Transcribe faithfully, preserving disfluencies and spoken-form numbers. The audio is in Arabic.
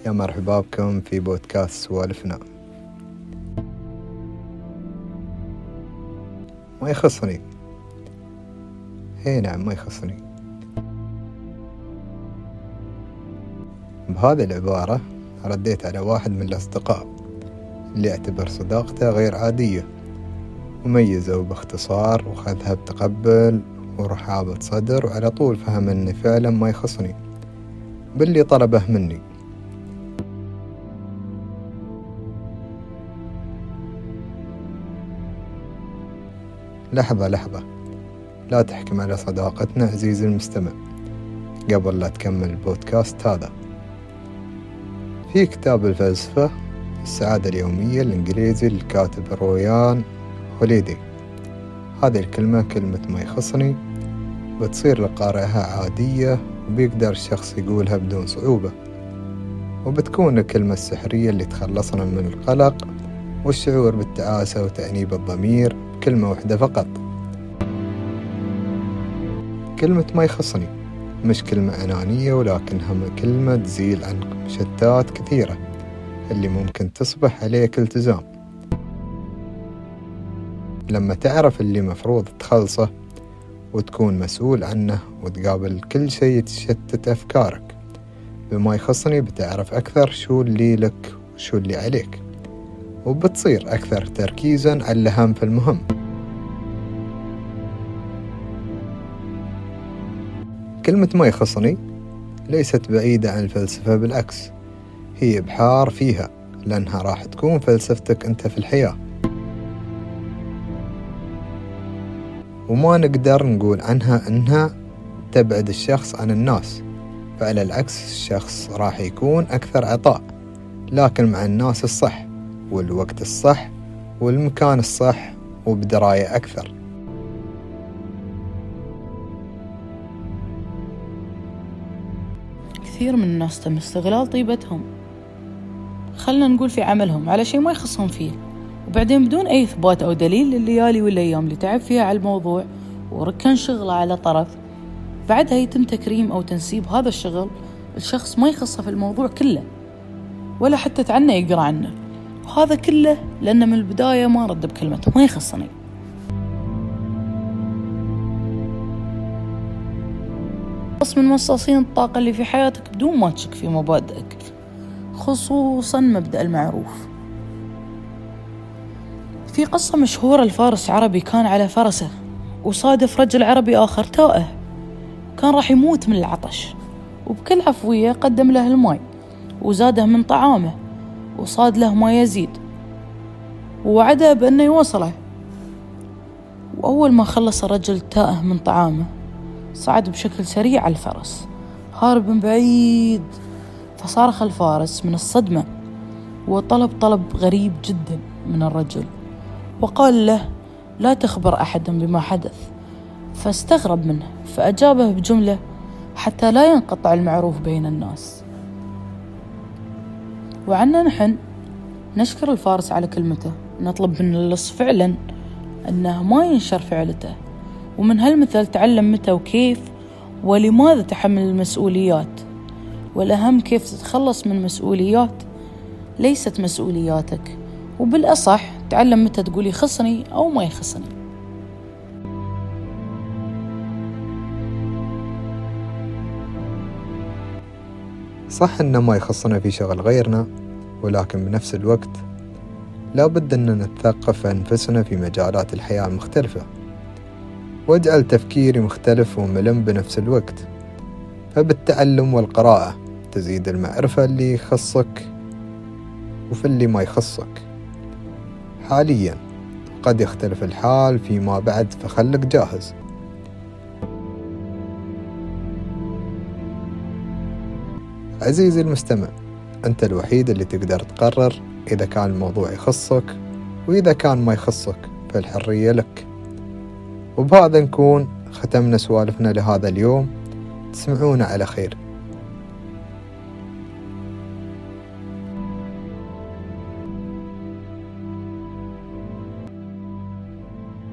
يا مرحبا بكم في بودكاست سوالفنا. ما يخصني، هي نعم ما يخصني. بهذه العبارة رديت على واحد من الأصدقاء اللي اعتبر صداقته غير عادية، وميزه باختصار وخذها بتقبل ورحابة صدر، وعلى طول فهم أني فعلا ما يخصني باللي طلبه مني. لحظة لحظة، لا تحكم على صداقتنا عزيزي المستمع قبل لا تكمل البودكاست هذا. في كتاب الفلسفة السعادة اليومية الإنجليزي للكاتب رويان هوليدي، هذه الكلمة كلمة ما يخصني بتصير لقارئها عادية، وبيقدر الشخص يقولها بدون صعوبة، وبتكون الكلمة السحرية اللي تخلصنا من القلق والشعور بالتعاسة وتأنيب الضمير بكلمة واحدة فقط. كلمة ما يخصني مش كلمة أنانية، ولكنها كلمة تزيل عن شتات كثيرة اللي ممكن تصبح عليك التزام. لما تعرف اللي مفروض تخلصه وتكون مسؤول عنه وتقابل كل شيء تشتت أفكارك بما يخصني، بتعرف أكثر شو اللي لك وشو اللي عليك، وبتصير أكثر تركيزا على الأهم في المهم. كلمة ما يخصني ليست بعيدة عن الفلسفة، بالعكس هي بحار فيها، لأنها راح تكون فلسفتك أنت في الحياة. وما نقدر نقول عنها أنها تبعد الشخص عن الناس، فعلى العكس الشخص راح يكون أكثر عطاء، لكن مع الناس الصح والوقت الصح والمكان الصح وبدراية أكثر. كثير من الناس تم استغلال طيبتهم، خلنا نقول في عملهم، على شيء ما يخصهم فيه، وبعدين بدون أي إثبات أو دليل لليالي والأيام اللي تعب فيها على الموضوع وركن شغله على طرف، بعدها يتم تكريم أو تنسيب هذا الشغل الشخص ما يخصه في الموضوع كله، ولا حتى تعنى يقرأ عنه، وهذا كله لأنه من البداية ما رد بكلمته ما يخصني. قص من مصاصين الطاقة اللي في حياتك بدون ما تشك في مبادئك، خصوصا مبدأ المعروف. في قصة مشهورة لفارس عربي كان على فرسه وصادف رجل عربي آخر تائه، كان راح يموت من العطش، وبكل عفوية قدم له الماء وزاده من طعامه وصاد له ما يزيد، ووعده بأنه يوصله. وأول ما خلص الرجل التائه من طعامه صعد بشكل سريع على الفرس هارب من بعيد، فصارخ الفارس من الصدمة وطلب طلب غريب جدا من الرجل، وقال له لا تخبر أحدا بما حدث، فاستغرب منه فأجابه بجملة حتى لا ينقطع المعروف بين الناس. وعنا نحن نشكر الفارس على كلمته، نطلب من اللص فعلا أنه ما ينشر فعلته، ومن هالمثل تعلم متى وكيف ولماذا تحمل المسؤوليات، والأهم كيف تتخلص من مسؤوليات ليست مسؤولياتك، وبالأصح تعلم متى تقول يخصني أو ما يخصني. صح إنه ما يخصنا في شغل غيرنا، ولكن بنفس الوقت لابد أن نتثقف أنفسنا في مجالات الحياة المختلفة، واجعل تفكيري مختلف وملم بنفس الوقت. فبالتعلم والقراءة تزيد المعرفة اللي يخصك وفي اللي ما يخصك حاليا، قد يختلف الحال فيما بعد، فخلك جاهز. عزيزي المستمع، أنت الوحيد اللي تقدر تقرر إذا كان الموضوع يخصك، وإذا كان ما يخصك فالحرية لك. وبهذا نكون ختمنا سوالفنا لهذا اليوم، تسمعونا على خير.